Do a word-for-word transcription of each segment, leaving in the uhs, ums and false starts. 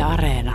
Areena.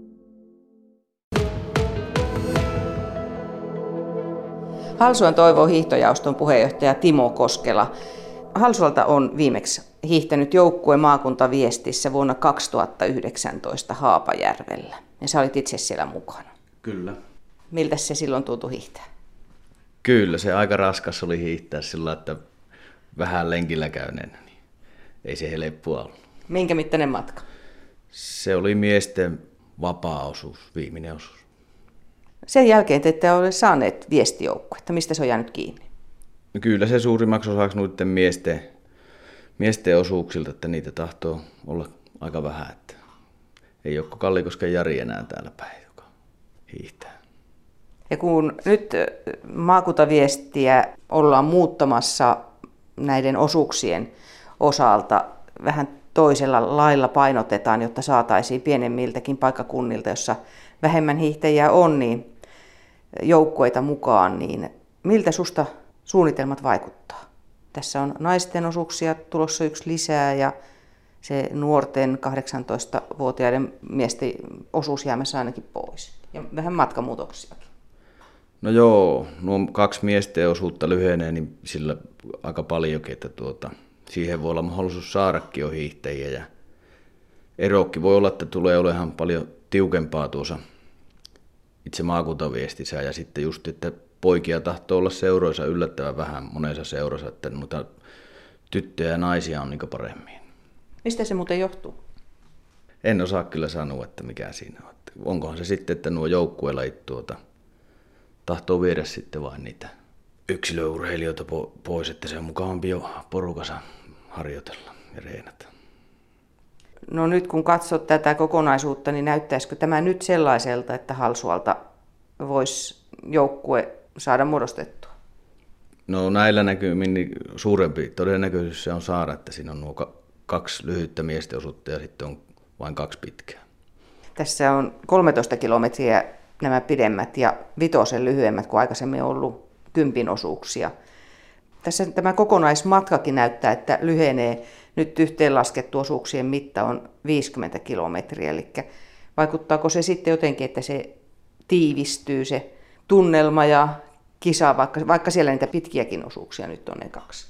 Halsuan Toivon hiihtojaoston puheenjohtaja Timo Koskela. Halsualta on viimeksi hiihtänyt joukkue maakuntaviestissä vuonna kaksituhattayhdeksäntoista Haapajärvellä. Ja sä olit itse siellä mukana. Kyllä. Miltä se silloin tuntui hiihtää? Kyllä, se aika raskas oli hiihtää sillä, että vähän lenkillä käyneenä, niin ei se helppoa ollut. Minkä mittainen matka? Se oli miesten vapaa-osuus, viimeinen osuus. Sen jälkeen te ette ole saaneet viestijoukkuetta. Mistä se on jäänyt kiinni? No kyllä se suurimmaksi osaksi noiden miesten, miesten osuuksilta, että niitä tahtoo olla aika vähän. Että ei ole Kallikosken Jari enää täällä päin, joka hiihtää. Ja kun nyt maakuntaviestiä ollaan muuttamassa näiden osuuksien osalta, vähän toisella lailla painotetaan, jotta saataisiin pienemmiltäkin paikkakunnilta, jossa vähemmän hiihtäjiä on, niin joukkueita mukaan, niin miltä susta suunnitelmat vaikuttaa? Tässä on naisten osuuksia tulossa yksi lisää ja se nuorten kahdeksantoistavuotiaiden miesten osuus jäämässä ainakin pois. Ja vähän matkamuutoksiakin. No joo, nuo kaksi miesten osuutta lyhenee, niin sillä aika paljonkin, että tuota, siihen voi olla mahdollisuus saadakin jo hiihtäjiä. Ja erokin voi olla, että tulee olemaan paljon tiukempaa tuossa itse maakuntaviestissä. Ja sitten just, että poikia tahtoo olla seuroissa yllättävän vähän monessa seurassa, että noita tyttöjä ja naisia on niin paremmin. Mistä se muuten johtuu? En osaa kyllä sanoa, että mikä siinä on. Onkohan se sitten, että nuo joukkuelajit tuota, tahtoo viedä sitten vain niitä yksilöurheilijoita pois, että se on mukavampi jo porukassa harjoitella ja reenata. No nyt kun katsot tätä kokonaisuutta, niin näyttäisikö tämä nyt sellaiselta, että Halsualta voisi joukkue saada muodostettua? No näillä näkymin niin suurempi todennäköisyys se on saada, että siinä on nuo kaksi lyhyttä miesten osuutta ja sitten on vain kaksi pitkää. Tässä on kolmetoista kilometriä nämä pidemmät ja vitosen lyhyemmät kuin aikaisemmin on ollut kympin osuuksia. Tässä tämä kokonaismatkakin näyttää, että lyhenee. Nyt yhteenlaskettu osuuksien mitta on viisikymmentä kilometriä, eli vaikuttaako se sitten jotenkin, että se tiivistyy se tunnelma ja kisa, vaikka, vaikka siellä niitä pitkiäkin osuuksia nyt on ne kaksi?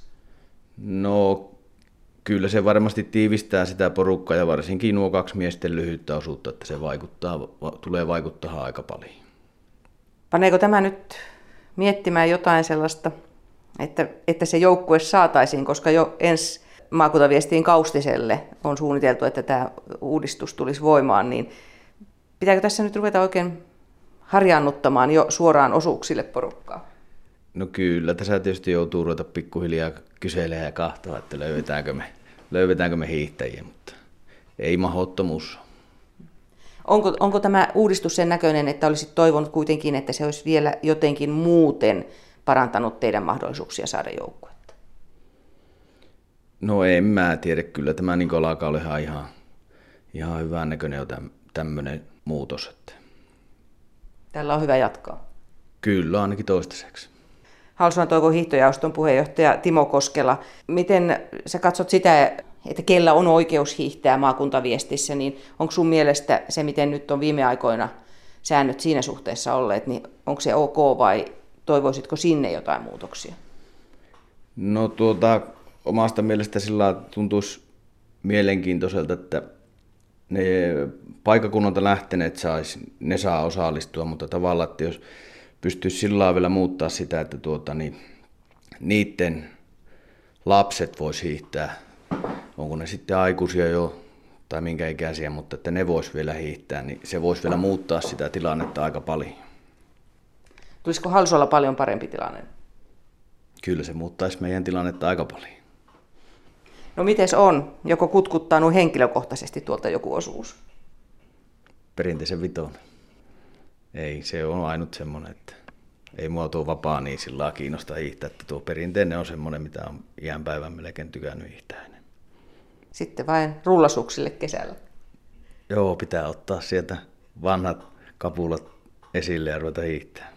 No kyllä se varmasti tiivistää sitä porukkaa ja varsinkin nuo kaksi miesten lyhyttä osuutta, että se vaikuttaa, tulee vaikuttaa aika paljon. Paneeko tämä nyt miettimään jotain sellaista, että, että se joukkue saataisiin, koska jo ensi maakuntaviestiin Kaustiselle on suunniteltu, että tämä uudistus tulisi voimaan, niin pitääkö tässä nyt ruveta oikein harjaannuttamaan jo suoraan osuuksille porukkaa? No kyllä, tässä tietysti joutuu ruveta pikkuhiljaa kyselemään ja kahtoa, että löydetäänkö me, löydetäänkö me hiihtäjiä, mutta ei mahdottomuus. Onko, onko tämä uudistus sen näköinen, että olisit toivonut kuitenkin, että se olisi vielä jotenkin muuten parantanut teidän mahdollisuuksia saada joukkuetta? No en mä tiedä, kyllä tämä Nikola alkaa olla ihan, ihan hyvän näköinen jo tämmöinen muutos. Että. Tällä on hyvä jatkaa. Kyllä, ainakin toistaiseksi. Halsuan Toivon hiihtojaoston puheenjohtaja Timo Koskela. Miten sä katsot sitä, että kellä on oikeus hiihtää maakuntaviestissä, niin onko sun mielestä se, miten nyt on viime aikoina säännöt siinä suhteessa olleet, niin onko se ok vai toivoisitko sinne jotain muutoksia? No tuota, omasta mielestä sillä tuntuisi mielenkiintoiselta, että ne paikakunnalta lähteneet sais, ne saa osallistua, mutta tavallaan, että jos pystyisi sillä lailla vielä muuttaa sitä, että tuota, niin, niiden lapset vois hiihtää, onko ne sitten aikuisia jo tai minkä ikäisiä, mutta että ne vois vielä hiihtää, niin se voisi vielä muuttaa sitä tilannetta aika paljon. Tulisiko Halsualla paljon parempi tilanne? Kyllä se muuttaisi meidän tilannetta aika paljon. No mites on? Joko kutkuttanut henkilökohtaisesti tuolta joku osuus? Perinteisen vitonen. Ei, se on ainut semmoinen, että ei mua tuo vapaa niin sillä kiinnosta hiihtää, että tuo perinteinen on semmoinen, mitä on iän päivän melkein tykännyt hiihtää. Sitten vain rullasuksille kesällä. Joo, pitää ottaa sieltä vanhat kapulat esille ja ruveta hiihtää.